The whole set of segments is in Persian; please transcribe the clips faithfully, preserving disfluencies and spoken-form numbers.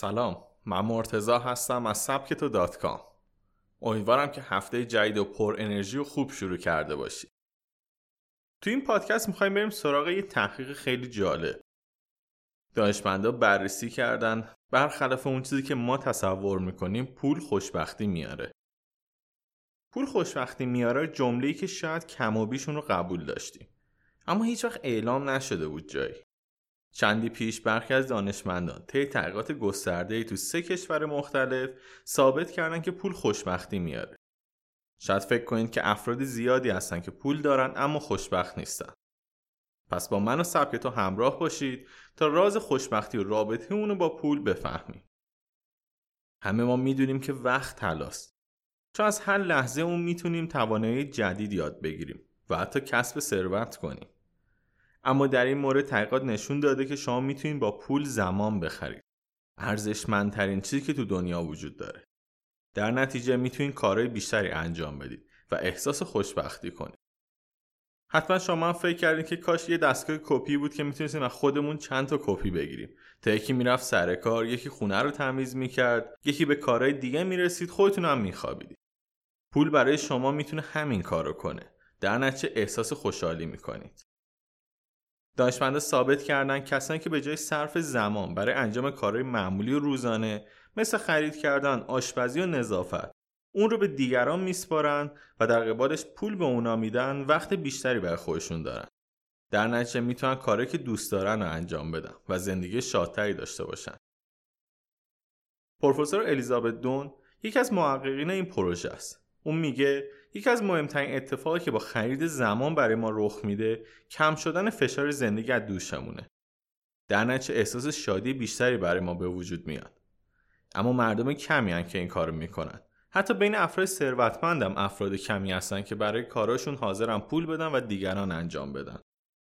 سلام، من مرتضی هستم از سبکتو دات کام. امیدوارم که هفته جدید و پر انرژی و خوب شروع کرده باشی. تو این پادکست میخوایم بریم سراغ یه تحقیق خیلی جالب. دانشمندا بررسی کردن برخلاف اون چیزی که ما تصور میکنیم پول خوشبختی میاره. پول خوشبختی میاره جمله‌ای که شاید کم و بیش اون رو قبول داشتیم، اما هیچ وقت اعلام نشده بود جایی. چندی پیش برخی از دانشمندان طی تحقیقات گسترده‌ای تو سه کشور مختلف ثابت کردن که پول خوشبختی میاره. شاید فکر کنید که افراد زیادی هستن که پول دارن اما خوشبخت نیستن. پس با من و سبکتو همراه باشید تا راز خوشبختی و رابطه اونو با پول بفهمیم. همه ما میدونیم که وقت طلاست. چون از هر لحظه اون میتونیم توانایی جدید یاد بگیریم و حتی کسب ثروت کنیم. اما در این مورد تحقیقات نشون داده که شما میتونید با پول زمان بخرید. ارزشمندترین چیزی که تو دنیا وجود داره. در نتیجه میتونید کارهای بیشتری انجام بدید و احساس خوشبختی کنید. حتما شما هم فکر کردین که کاش یه دستگاه کپی بود که میتونستیم از خودمون چند تا کپی بگیریم. تا یکی میرفت سر کار، یکی خونه رو تمیز میکرد، یکی به کارهای دیگه میرسید، خودتون هم میخوابیدید. پول برای شما میتونه همین کارو کنه. در نتیجه احساس خوشحالی میکنید. دانشمندا ثابت کردن کسانی که به جای صرف زمان برای انجام کارهای معمولی و روزانه مثل خرید کردن، آشپزی و نظافت اون رو به دیگران میسپارن و در قبالش پول به اونا میدن، وقت بیشتری برای خودشون دارن. در نتیجه میتونن کاری که دوست دارن رو انجام بدن و زندگی شادتری داشته باشن. پروفسور الیزابت دون یکی از محققین این پروژه است. اون میگه یکی از مهمترین اتفاقی که با خرید زمان برای ما رخ میده کم شدن فشار زندگی از دوشمونه. در نتیجه احساس شادی بیشتری برای ما به وجود میاد. اما مردم کمی هستن که این کارو میکنن. حتی بین افراد ثروتمند هم افراد کمی هستن که برای کاراشون حاضرن پول بدن و دیگران انجام بدن.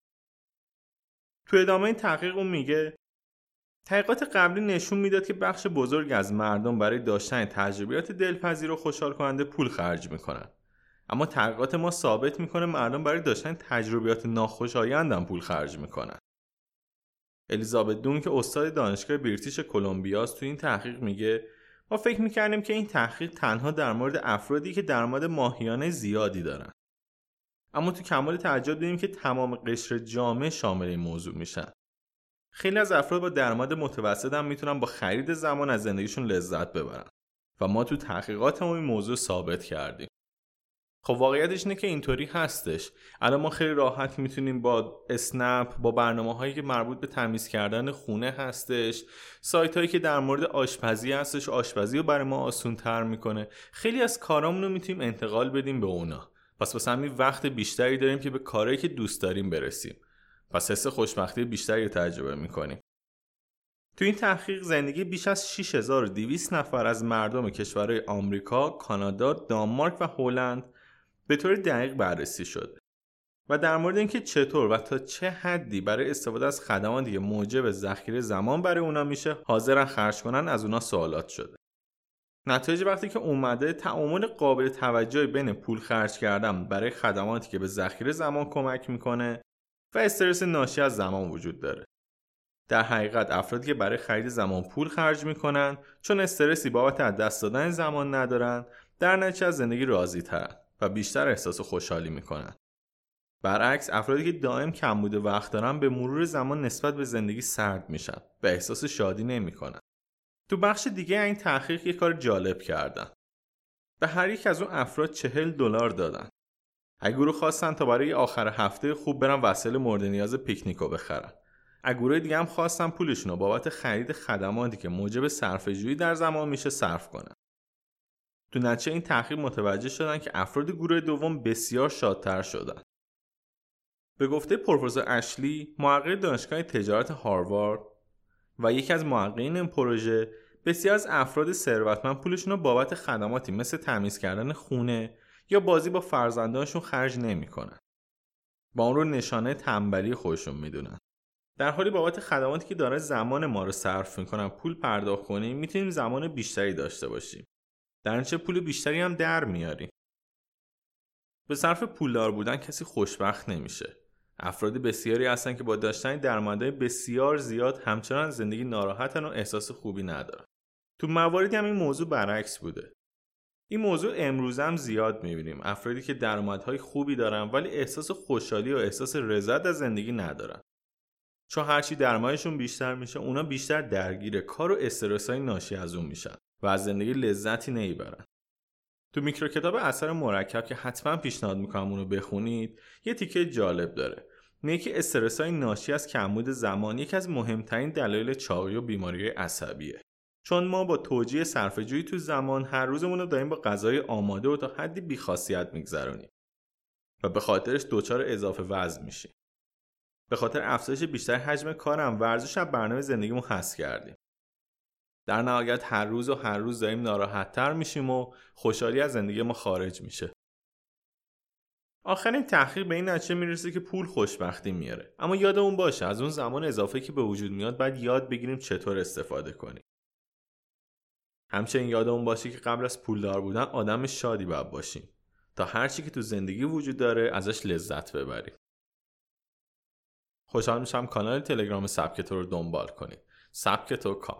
تو ادامه این تحقیق اون میگه تحقیقات قبلی نشون میداد که بخش بزرگ از مردم برای داشتن تجربیات دلپذیر و خوشحال کننده پول خرج میکنن. اما تحقیقات ما ثابت میکنه مردم برای داشتن تجربیات ناخوشایند هم پول خرج میکنن. الیزابت دون که استاد دانشگاه بریتیش کلمبیاست تو این تحقیق میگه ما فکر میکردیم که این تحقیق تنها در مورد افرادی که درآمد ماهیانه زیادی دارن. اما تو کمال تعجب دیدیم که تمام قشر جامعه شامل این موضوع میشن. خیلی از افراد با درآمد متوسط هم میتونن با خرید زمان از زندگیشون لذت ببرن و ما تو تحقیقاتمون این موضوع ثابت کردیم. خب واقعیتش اینه که اینطوری هستش. الان ما خیلی راحت میتونیم با اسنپ، با برنامه‌هایی که مربوط به تمیز کردن خونه هستش، سایت‌هایی که در مورد آشپزی هستش، آشپزی رو برای ما آسان‌تر میکنه، خیلی از کارامون رو میتونیم انتقال بدیم به اونا. پس واسه همین وقت بیشتری داریم که به کارهایی که دوست داریم برسیم. پس حس خوشبختی بیشتری رو تجربه میکنیم. تو این تحقیق زندگی بیش از شش هزار و دویست نفر از مردم کشورهای آمریکا، کانادا، دانمارک و هلند به طور دقیق بررسی شده و در مورد اینکه چطور و تا چه حدی برای استفاده از خدماتی که موجب ذخیره زمان برای اونا میشه حاضرن خرج کنن از اونا سوالات شده. نتایج وقتی که اومده تعامل قابل توجهی بین پول خرج کردن برای خدماتی که به ذخیره زمان کمک میکنه و استرس ناشی از زمان وجود داره. در حقیقت افرادی که برای خرید زمان پول خرج میکنن چون استرسی بابت از دست دادن زمان ندارن، در نتیجه از زندگی راضی ترن و بیشتر احساس خوشحالی میکنن. برعکس افرادی که دائم کمبود وقت دارن به مرور زمان نسبت به زندگی سرد میشن و احساس شادی نمیکنن. تو بخش دیگه این تحقیق یک کار جالب کردن. به هر یک از اون افراد چهل دلار دادن. اگه گروه خواستن تا برای آخر هفته خوب برن وسایل مورد نیاز پیکنیکو بخرن. اگه گروه دیگه هم خواستن پولشون رو بابت خرید خدماتی که موجب صرفه‌جویی در زمان میشه صرف کنن. تو نتیجه این تحقیق متوجه شدن که افراد گروه دوم بسیار شادتر شدن. به گفته پروفسور اشلی، محقق دانشگاه تجارت هاروارد و یکی از محققین این پروژه، بسیار از افراد ثروتمند پولشون رو بابت خدماتی مثل تمیز کردن خونه یا بازی با فرزندانشون خرج نمی‌کنن. با اون رو نشانه تنبلی خودشون میدونن. در حالی بابت خدماتی که داره زمان ما رو صرف میکنن پول پرداخت کنیم، میتونیم زمان بیشتری داشته باشیم. در نتیجه پول بیشتری هم در میاریم. به صرف پولدار بودن کسی خوشبخت نمیشه. افراد بسیاری هستن که با داشتن درآمدهای بسیار زیاد همچنان زندگی ناراحتن و احساس خوبی ندارن. تو مواردی هم این موضوع برعکس بوده. این موضوع امروز هم زیاد می‌بینیم. افرادی که درآمدهای خوبی دارن ولی احساس خوشحالی و احساس رضایت از زندگی ندارن. چون هرچی درآمدشون بیشتر میشه، اونا بیشتر درگیر کار و استرس‌های ناشی از اون میشن و از زندگی لذتی نمیبرن. تو میکرو کتاب اثر مرکب که حتما پیشنهاد میکنم اونو بخونید، یه تیکه جالب داره. میگه که استرس‌های ناشی از کمبود زمان یکی از مهمترین دلایل چاقی و بیماری‌های عصبیه. چون ما با توجیه صرفه‌جویی تو زمان هر روزمون رو داریم با غذای آماده و تا حدی بی‌خاصیت میگذرونیم و به خاطرش دچار اضافه وزن میشیم. به خاطر افزایش بیشتر حجم کارم ورزش از برنامه زندگیمون حذف کردیم. در نهایت هر روز و هر روز داریم ناراحت‌تر میشیم و خوشحالی از زندگی ما خارج میشه. آخرین تحقیق به این نتیجه میرسه که پول خوشبختی میاره. اما یادمون باشه از اون زمان اضافه که به وجود میاد باید یاد بگیریم چطور استفاده کنیم. همچنین یادمون باشه که قبل از پولدار بودن آدم شادی باید باشیم تا هر چی که تو زندگی وجود داره ازش لذت ببریم. خوشحال میشم کانال تلگرام سبکتو رو دنبال کنید. سبکتو کام